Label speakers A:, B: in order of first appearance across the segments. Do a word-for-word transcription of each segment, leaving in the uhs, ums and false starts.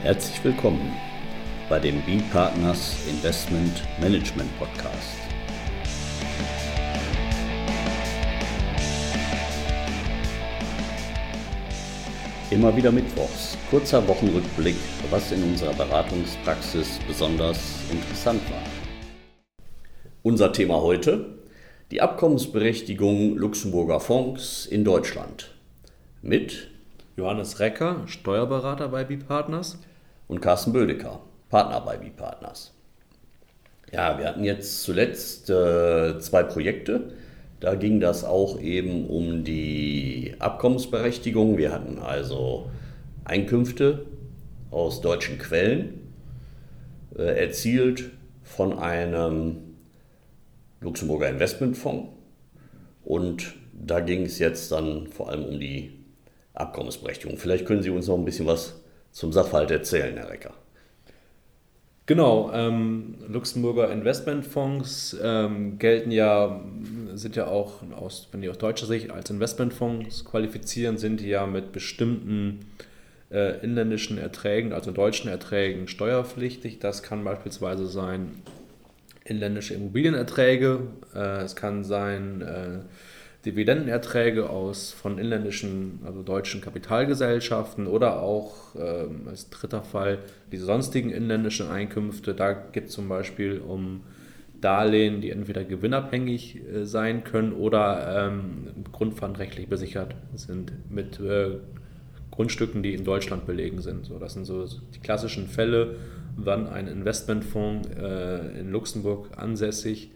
A: Herzlich willkommen bei dem B-Partners Investment Management Podcast. Immer wieder mittwochs, kurzer Wochenrückblick, was in unserer Beratungspraxis besonders interessant war. Unser Thema heute: die Abkommensberechtigung Luxemburger Fonds in Deutschland mit
B: Johannes Recker, Steuerberater bei B-Partners,
A: und Carsten Bödecker, Partner bei B-Partners. Ja, wir hatten jetzt zuletzt äh, zwei Projekte. Da ging das auch eben um die Abkommensberechtigung. Wir hatten also Einkünfte aus deutschen Quellen äh, erzielt von einem Luxemburger Investmentfonds. Und da ging es jetzt dann vor allem um die Abkommensberechtigung. Vielleicht können Sie uns noch ein bisschen was zum Sachverhalt erzählen, Herr Recker.
B: Genau, ähm, Luxemburger Investmentfonds ähm, gelten ja, sind ja auch, aus, wenn die aus deutscher Sicht als Investmentfonds qualifizieren, sind die ja mit bestimmten äh, inländischen Erträgen, also deutschen Erträgen, steuerpflichtig. Das kann beispielsweise sein inländische Immobilienerträge, äh, es kann sein äh, Dividendenerträge aus von inländischen, also deutschen Kapitalgesellschaften oder auch ähm, als dritter Fall die sonstigen inländischen Einkünfte. Da geht es zum Beispiel um Darlehen, die entweder gewinnabhängig äh, sein können oder ähm, grundpfandrechtlich besichert sind mit äh, Grundstücken, die in Deutschland belegen sind. So, das sind so die klassischen Fälle, wann ein Investmentfonds äh, in Luxemburg ansässig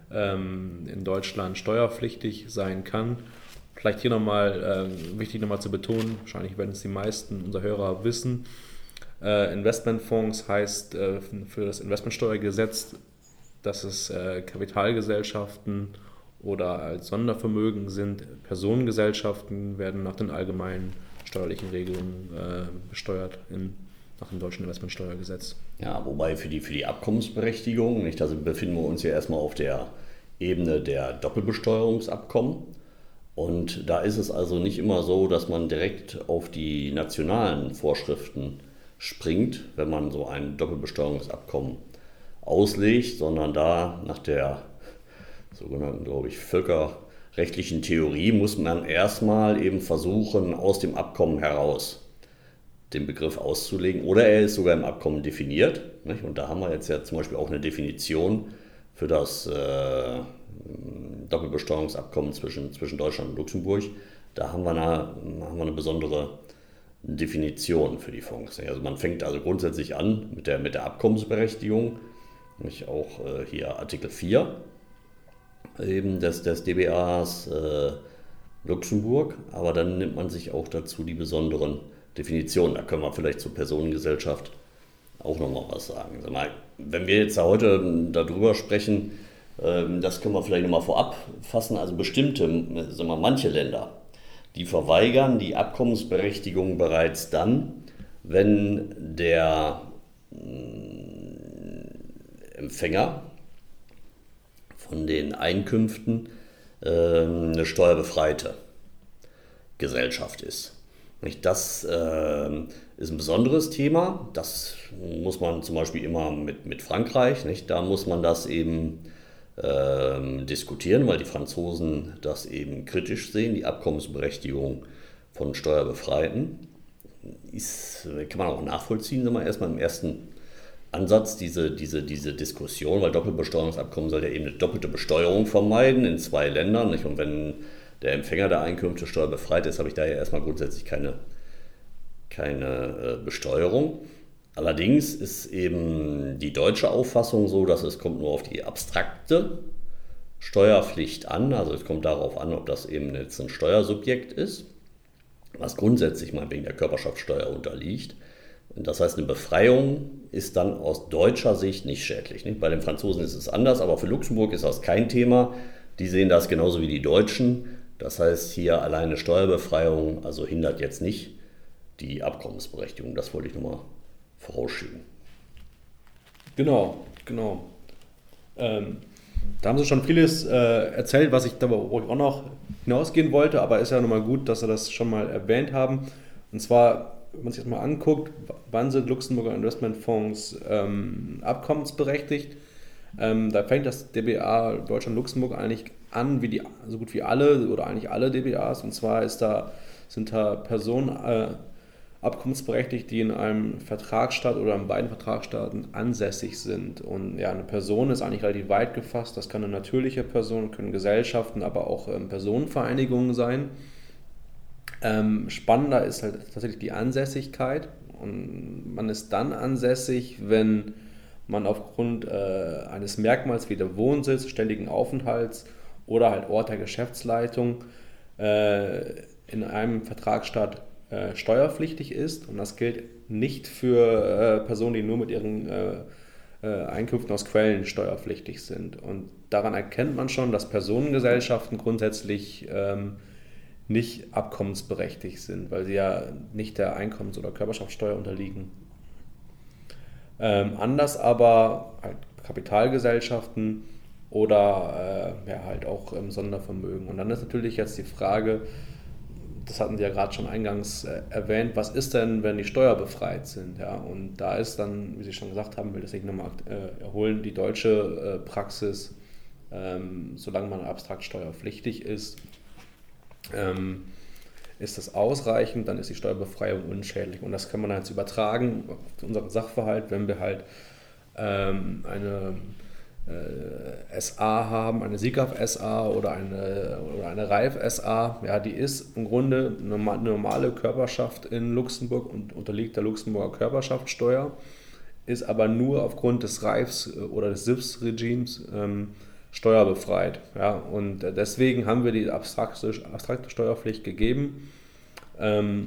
B: in Deutschland steuerpflichtig sein kann. Vielleicht hier nochmal äh, wichtig nochmal zu betonen, wahrscheinlich werden es die meisten unserer Hörer wissen, äh, Investmentfonds heißt äh, für das Investmentsteuergesetz, dass es äh, Kapitalgesellschaften oder als Sondervermögen sind. Personengesellschaften werden nach den allgemeinen steuerlichen Regelungen äh, besteuert in nach dem deutschen Investmentsteuergesetz.
A: Ja, wobei für die, für die Abkommensberechtigung, nicht, also befinden wir uns ja erstmal auf der Ebene der Doppelbesteuerungsabkommen. Und da ist es also nicht immer so, dass man direkt auf die nationalen Vorschriften springt, wenn man so ein Doppelbesteuerungsabkommen auslegt, sondern da nach der sogenannten, glaube ich, völkerrechtlichen Theorie muss man erstmal eben versuchen, aus dem Abkommen heraus den Begriff auszulegen, oder er ist sogar im Abkommen definiert, nicht? Und da haben wir jetzt ja zum Beispiel auch eine Definition für das äh, Doppelbesteuerungsabkommen zwischen, zwischen Deutschland und Luxemburg. Da haben wir, eine, haben wir eine besondere Definition für die Fonds. Also man fängt also grundsätzlich an mit der, mit der Abkommensberechtigung, nicht? Auch äh, hier Artikel vier eben des, des D B As äh, Luxemburg, aber dann nimmt man sich auch dazu die besonderen Definition. Da können wir vielleicht zur Personengesellschaft auch nochmal was sagen. Sag mal, wenn wir jetzt heute darüber sprechen, das können wir vielleicht nochmal vorab fassen, also bestimmte, sag mal, manche Länder, die verweigern die Abkommensberechtigung bereits dann, wenn der Empfänger von den Einkünften eine steuerbefreite Gesellschaft ist. Das äh, ist ein besonderes Thema. Das muss man zum Beispiel immer mit, mit Frankreich, nicht? Da muss man das eben äh, diskutieren, weil die Franzosen das eben kritisch sehen, die Abkommensberechtigung von Steuerbefreiten. Ist, kann man auch nachvollziehen, sagen wir erstmal im ersten Ansatz diese, diese, diese Diskussion, weil Doppelbesteuerungsabkommen soll ja eben eine doppelte Besteuerung vermeiden in zwei Ländern, nicht? Und wenn der Empfänger der Einkünfte steuerbefreit ist, habe ich da ja erstmal grundsätzlich keine, keine Besteuerung. Allerdings ist eben die deutsche Auffassung so, dass es kommt nur auf die abstrakte Steuerpflicht an, also es kommt darauf an, ob das eben jetzt ein Steuersubjekt ist, was grundsätzlich mal wegen der Körperschaftssteuer unterliegt. Das heißt, eine Befreiung ist dann aus deutscher Sicht nicht schädlich. Nicht? Bei den Franzosen ist es anders, aber für Luxemburg ist das kein Thema. Die sehen das genauso wie die Deutschen. Das heißt, hier alleine Steuerbefreiung, also hindert jetzt nicht die Abkommensberechtigung. Das wollte ich nochmal vorausschieben.
B: Genau, genau. Ähm, da haben Sie schon vieles äh, erzählt, was ich da wo ich auch noch hinausgehen wollte, aber ist ja nochmal gut, dass Sie das schon mal erwähnt haben. Und zwar wenn man sich das mal anguckt, wann sind Luxemburger Investmentfonds ähm, abkommensberechtigt, ähm, da fängt das D B A Deutschland-Luxemburg eigentlich an, wie die, so gut wie alle oder eigentlich alle D B As. Und zwar ist da, sind da Personen äh, abkommensberechtigt, die in einem Vertragsstaat oder in beiden Vertragsstaaten ansässig sind. Und ja, eine Person ist eigentlich relativ weit gefasst. Das kann eine natürliche Person, können Gesellschaften, aber auch ähm, Personenvereinigungen sein. Ähm, spannender ist halt tatsächlich die Ansässigkeit. Und man ist dann ansässig, wenn man aufgrund äh, eines Merkmals wie der Wohnsitz, ständigen Aufenthalts oder halt Ort der Geschäftsleitung äh, in einem Vertragsstaat äh, steuerpflichtig ist. Und das gilt nicht für äh, Personen, die nur mit ihren äh, äh, Einkünften aus Quellen steuerpflichtig sind. Und daran erkennt man schon, dass Personengesellschaften grundsätzlich ähm, nicht abkommensberechtigt sind, weil sie ja nicht der Einkommens- oder Körperschaftssteuer unterliegen. Ähm, anders aber halt Kapitalgesellschaften oder äh, ja, halt auch im Sondervermögen. Und dann ist natürlich jetzt die Frage, das hatten Sie ja gerade schon eingangs äh, erwähnt, was ist denn, wenn die steuerbefreit sind? Ja? Und da ist dann, wie Sie schon gesagt haben, will das nicht nochmal äh, erholen, die deutsche äh, Praxis, ähm, solange man abstrakt steuerpflichtig ist, ähm, ist das ausreichend, dann ist die Steuerbefreiung unschädlich. Und das kann man jetzt übertragen auf unseren Sachverhalt, wenn wir halt ähm, eine äh, S A haben, eine SICAV S A oder eine, oder eine RAIF S A. Ja, die ist im Grunde eine normale Körperschaft in Luxemburg und unterliegt der Luxemburger Körperschaftssteuer, ist aber nur aufgrund des RAIFs oder des S I F S-Regimes ähm, steuerbefreit. Ja, und deswegen haben wir die abstrakte, abstrakte Steuerpflicht gegeben, ähm,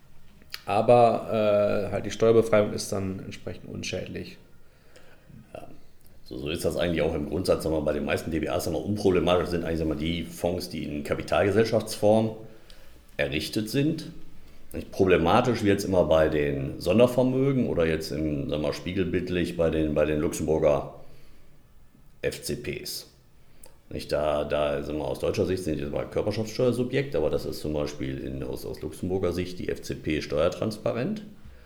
B: aber äh, halt die Steuerbefreiung ist dann entsprechend unschädlich.
A: Ja, so, so ist das eigentlich auch im Grundsatz, sagen wir, bei den meisten D B As. Sagen wir, unproblematisch sind eigentlich, sagen wir, die Fonds, die in Kapitalgesellschaftsform errichtet sind. Problematisch wird es immer bei den Sondervermögen oder jetzt im, sagen wir, spiegelbildlich bei den, bei den Luxemburger F C Ps. Nicht, da, da sind wir aus deutscher Sicht sind die Körperschaftssteuersubjekt, aber das ist zum Beispiel in, aus, aus Luxemburger Sicht die F C P steuertransparent.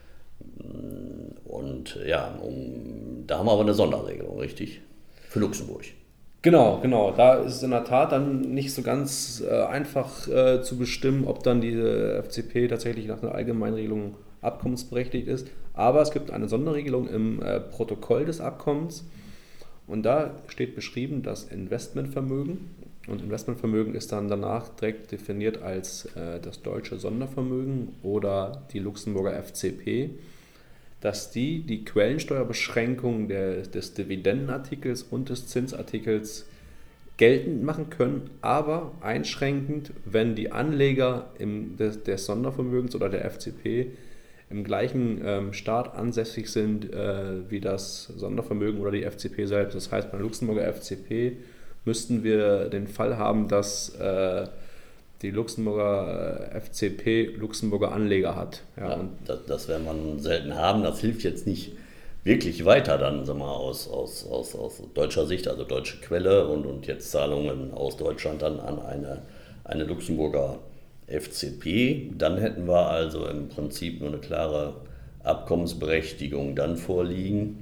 A: Und ja, um, da haben wir aber eine Sonderregelung, richtig? Für Luxemburg.
B: Genau, genau. Da ist es in der Tat dann nicht so ganz äh, einfach äh, zu bestimmen, ob dann diese F C P tatsächlich nach einer Allgemeinregelung abkommensberechtigt ist. Aber es gibt eine Sonderregelung im äh, Protokoll des Abkommens. Und da steht beschrieben, dass Investmentvermögen, und Investmentvermögen ist dann danach direkt definiert als äh, das deutsche Sondervermögen oder die Luxemburger F C P, dass die die Quellensteuerbeschränkung der, des Dividendenartikels und des Zinsartikels geltend machen können, aber einschränkend, wenn die Anleger im, des, des Sondervermögens oder der F C P im gleichen ähm, Staat ansässig sind äh, wie das Sondervermögen oder die F C P selbst. Das heißt, bei der Luxemburger F C P müssten wir den Fall haben, dass äh, die Luxemburger äh, F C P Luxemburger Anleger hat.
A: Ja, ja, das, das werden wir selten haben. Das hilft jetzt nicht wirklich weiter dann, sagen wir mal, aus, aus, aus, aus deutscher Sicht, also deutsche Quelle und, und jetzt Zahlungen aus Deutschland dann an eine, eine Luxemburger F C P. Dann hätten wir also im Prinzip nur eine klare Abkommensberechtigung dann vorliegen,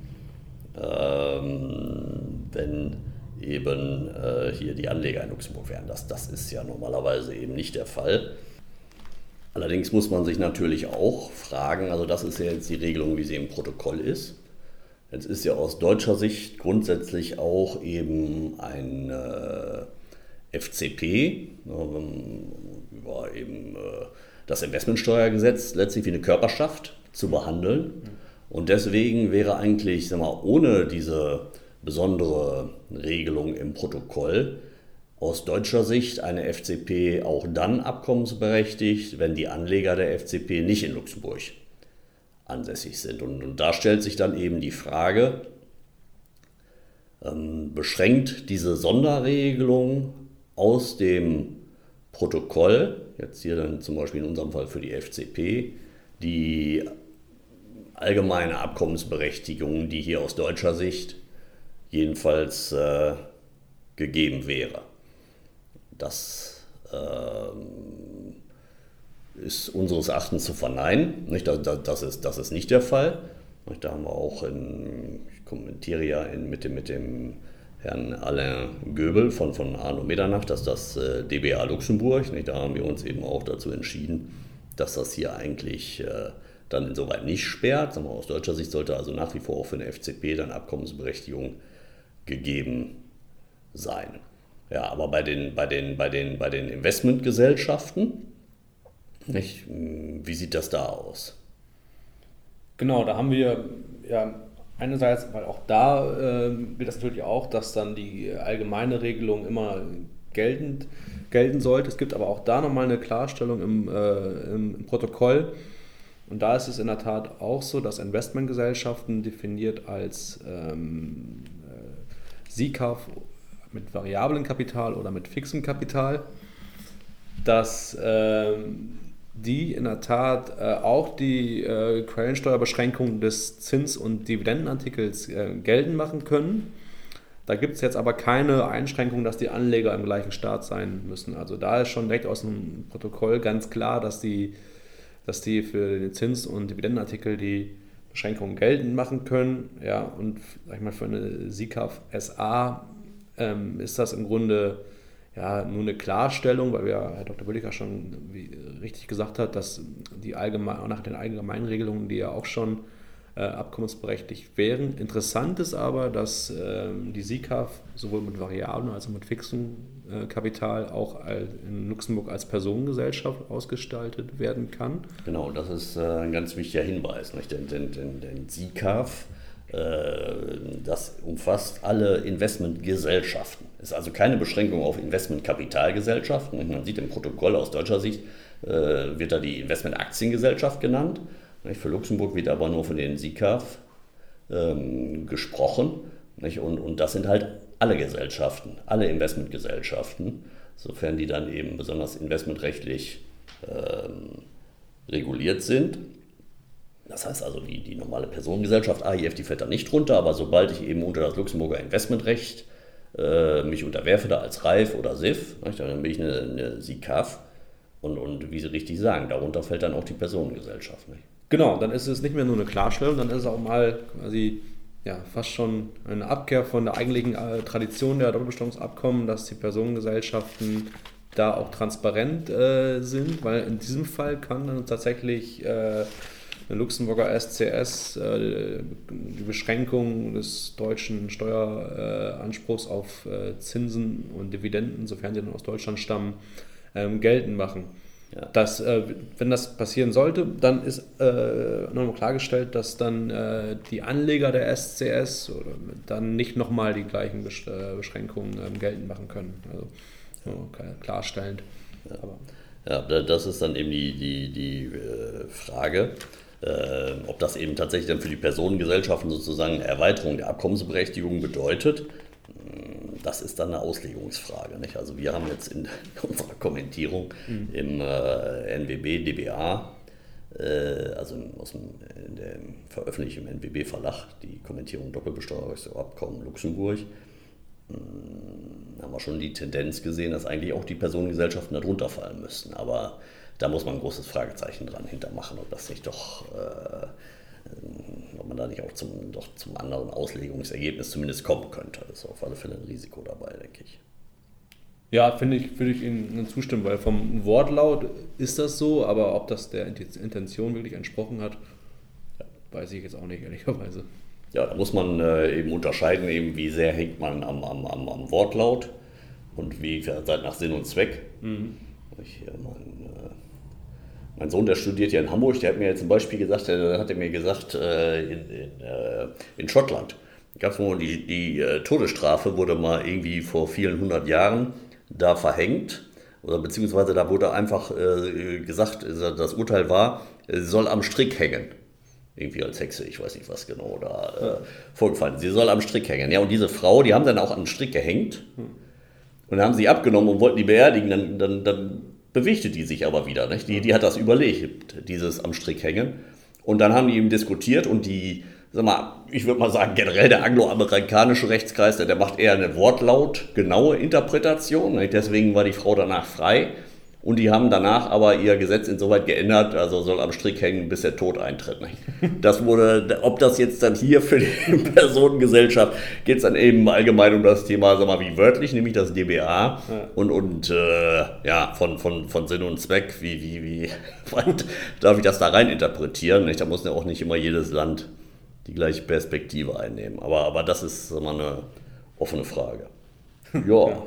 A: ähm, wenn eben äh, hier die Anleger in Luxemburg wären. Das, das ist ja normalerweise eben nicht der Fall. Allerdings muss man sich natürlich auch fragen, also das ist ja jetzt die Regelung, wie sie im Protokoll ist. Jetzt ist ja aus deutscher Sicht grundsätzlich auch eben ein äh, F C P, über eben äh, das Investmentsteuergesetz letztlich wie eine Körperschaft zu behandeln. Und deswegen wäre eigentlich, sagen wir, ohne diese besondere Regelung im Protokoll aus deutscher Sicht eine F C P auch dann abkommensberechtigt, wenn die Anleger der F C P nicht in Luxemburg ansässig sind. Und, und da stellt sich dann eben die Frage, ähm, beschränkt diese Sonderregelung aus dem Protokoll, jetzt hier dann zum Beispiel in unserem Fall für die F C P, die allgemeine Abkommensberechtigung, die hier aus deutscher Sicht jedenfalls äh, gegeben wäre. Das ähm, ist unseres Erachtens zu verneinen. Nicht? Das, ist, das ist nicht der Fall. Da haben wir auch, in, ich kommentiere ja in, mit, dem, mit dem Herrn Alain Göbel von, von Arno Medernach, dass das äh, D B A Luxemburg, nicht? Da haben wir uns eben auch dazu entschieden, dass das hier eigentlich äh, dann insoweit nicht sperrt. Sagen wir, aus deutscher Sicht sollte also nach wie vor auch für eine F C P dann Abkommensberechtigung gegeben sein. Ja, aber bei den, bei den, bei den, bei den Investmentgesellschaften, nicht? Wie sieht das da aus?
B: Genau, da haben wir ja einerseits, weil auch da äh, wird das natürlich auch, dass dann die allgemeine Regelung immer geltend, gelten sollte. Es gibt aber auch da nochmal eine Klarstellung im, äh, im, im Protokoll. Und da ist es in der Tat auch so, dass Investmentgesellschaften definiert als ähm, äh, S I C A F mit variablem Kapital oder mit fixem Kapital, dass ähm, die in der Tat äh, auch die äh, Quellensteuerbeschränkungen des Zins- und Dividendenartikels äh, geltend machen können. Da gibt es jetzt aber keine Einschränkung, dass die Anleger im gleichen Staat sein müssen. Also da ist schon direkt aus dem Protokoll ganz klar, dass die, dass die für den Zins- und Dividendenartikel die Beschränkungen geltend machen können. Ja, und sag ich mal, für eine S I C A F S A ähm, ist das im Grunde ja, nur eine Klarstellung, weil ja Herr Doktor Bülliger schon wie richtig gesagt hat, dass die allgemein, nach den allgemeinen Regelungen, die ja auch schon äh, abkommensberechtigt wären. Interessant ist aber, dass ähm, die S I C A F sowohl mit variablem als auch mit fixem äh, Kapital auch als, in Luxemburg als Personengesellschaft ausgestaltet werden kann.
A: Genau, das ist äh, ein ganz wichtiger Hinweis. Nicht? Denn, denn, denn, denn S I C A F, das umfasst alle Investmentgesellschaften. Ist also keine Beschränkung auf Investmentkapitalgesellschaften. Man sieht im Protokoll aus deutscher Sicht, wird da die Investmentaktiengesellschaft genannt. Für Luxemburg wird aber nur von den S I C A F gesprochen. Und, und das sind halt alle Gesellschaften, alle Investmentgesellschaften, sofern die dann eben besonders investmentrechtlich ähm, reguliert sind. Das heißt also, die, die normale Personengesellschaft A I F, die fällt da nicht drunter, aber sobald ich eben unter das Luxemburger Investmentrecht äh, mich unterwerfe, da als R A I F oder S I F, nicht, dann bin ich eine, eine S I C A F und, und wie Sie richtig sagen, darunter fällt dann auch die Personengesellschaft. Nicht?
B: Genau, dann ist es nicht mehr nur eine Klarstellung, dann ist es auch mal quasi ja, fast schon eine Abkehr von der eigentlichen äh, Tradition der Doppelbesteuerungsabkommen, dass die Personengesellschaften da auch transparent äh, sind, weil in diesem Fall kann dann tatsächlich äh, eine Luxemburger S C S äh, die Beschränkung des deutschen Steueranspruchs auf äh, Zinsen und Dividenden, sofern sie dann aus Deutschland stammen, ähm, geltend machen. Ja. Das, äh, wenn das passieren sollte, dann ist äh, nochmal klargestellt, dass dann äh, die Anleger der S C S oder dann nicht nochmal die gleichen Besch- äh, Beschränkungen ähm, geltend machen können. Also ja. Klarstellend.
A: Ja. Aber ja, das ist dann eben die, die, die äh, Frage, äh, ob das eben tatsächlich dann für die Personengesellschaften sozusagen eine Erweiterung der Abkommensberechtigung bedeutet. Das ist dann eine Auslegungsfrage. Nicht? Also wir haben jetzt in unserer Kommentierung mhm. im äh, N W B D B A, äh, also aus dem, in dem veröffentlichten N W B-Verlag, die Kommentierung Doppelbesteuerungsabkommen Luxemburg, mh, haben wir schon die Tendenz gesehen, dass eigentlich auch die Personengesellschaften darunter fallen müssten. Aber da muss man ein großes Fragezeichen dran hintermachen, ob das nicht doch... Äh, ob man da nicht auch zum, doch zum anderen Auslegungsergebnis zumindest kommen könnte. Das ist auf alle Fälle ein Risiko dabei, denke ich.
B: Ja, finde ich, würde ich Ihnen zustimmen, weil vom Wortlaut ist das so, aber ob das der Intention wirklich entsprochen hat, weiß ich jetzt auch nicht, ehrlicherweise.
A: Ja, da muss man äh, eben unterscheiden, eben wie sehr hängt man am, am, am, am Wortlaut und wie seid nach Sinn und Zweck. Mhm. Ich, äh, mein, äh, Mein Sohn, der studiert ja in Hamburg, der hat mir jetzt ein Beispiel gesagt, der hat mir gesagt, in, in, in Schottland gab es mal die, die Todesstrafe, wurde mal irgendwie vor vielen hundert Jahren da verhängt, oder beziehungsweise da wurde einfach gesagt, das Urteil war, sie soll am Strick hängen. Irgendwie als Hexe, ich weiß nicht was genau da äh, vorgefallen ist. Sie soll am Strick hängen. Ja, und diese Frau, die haben dann auch an den Strick gehängt und dann haben sie abgenommen und wollten die beerdigen, dann, dann, dann bewegte die sich aber wieder. Nicht? Die, die hat das überlebt, dieses am Strick hängen. Und dann haben die eben diskutiert und die, sag mal, ich würde mal sagen, generell der angloamerikanische Rechtskreis, der, der macht eher eine wortlaut genaue Interpretation. Nicht? Deswegen war die Frau danach frei. Und die haben danach aber ihr Gesetz insoweit geändert, also soll am Strick hängen, bis der Tod eintritt. Nicht? Das wurde, ob das jetzt dann hier für die Personengesellschaft, geht es dann eben allgemein um das Thema, sag mal, wie wörtlich, nämlich das D B A ja. und, und äh, ja, von, von, von Sinn und Zweck, wie, wie, wie weit darf ich das da rein interpretieren? Nicht? Da muss ja auch nicht immer jedes Land die gleiche Perspektive einnehmen. Aber, aber das ist sag mal, eine offene Frage. Ja. ja.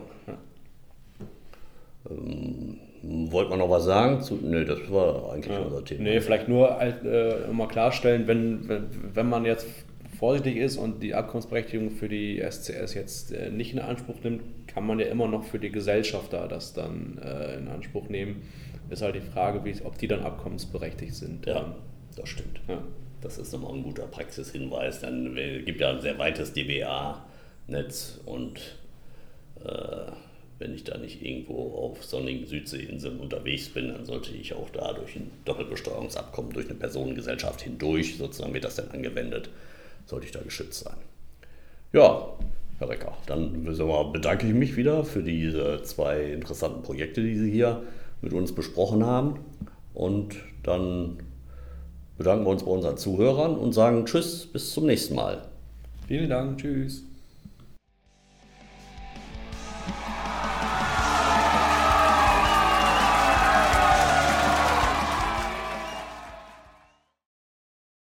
A: Ähm, wollte man noch was sagen? Zu, nee, das war eigentlich ja. unser Thema.
B: Nee, vielleicht nur halt, äh, mal klarstellen, wenn, wenn, wenn man jetzt vorsichtig ist und die Abkommensberechtigung für die S C S jetzt äh, nicht in Anspruch nimmt, kann man ja immer noch für die Gesellschafter das dann äh, in Anspruch nehmen. Ist halt die Frage, wie, ob die dann abkommensberechtigt sind.
A: Ja, das stimmt. Ja. Das ist nochmal ein guter Praxishinweis. Dann gibt ja ein sehr weites D B A-Netz und äh, wenn ich da nicht irgendwo auf sonnigen Südseeinseln unterwegs bin, dann sollte ich auch da durch ein Doppelbesteuerungsabkommen, durch eine Personengesellschaft hindurch, sozusagen wird das dann angewendet, sollte ich da geschützt sein. Ja, Herr Recker, dann bedanke ich mich wieder für diese zwei interessanten Projekte, die Sie hier mit uns besprochen haben. Und dann bedanken wir uns bei unseren Zuhörern und sagen Tschüss, bis zum nächsten Mal.
B: Vielen Dank, tschüss.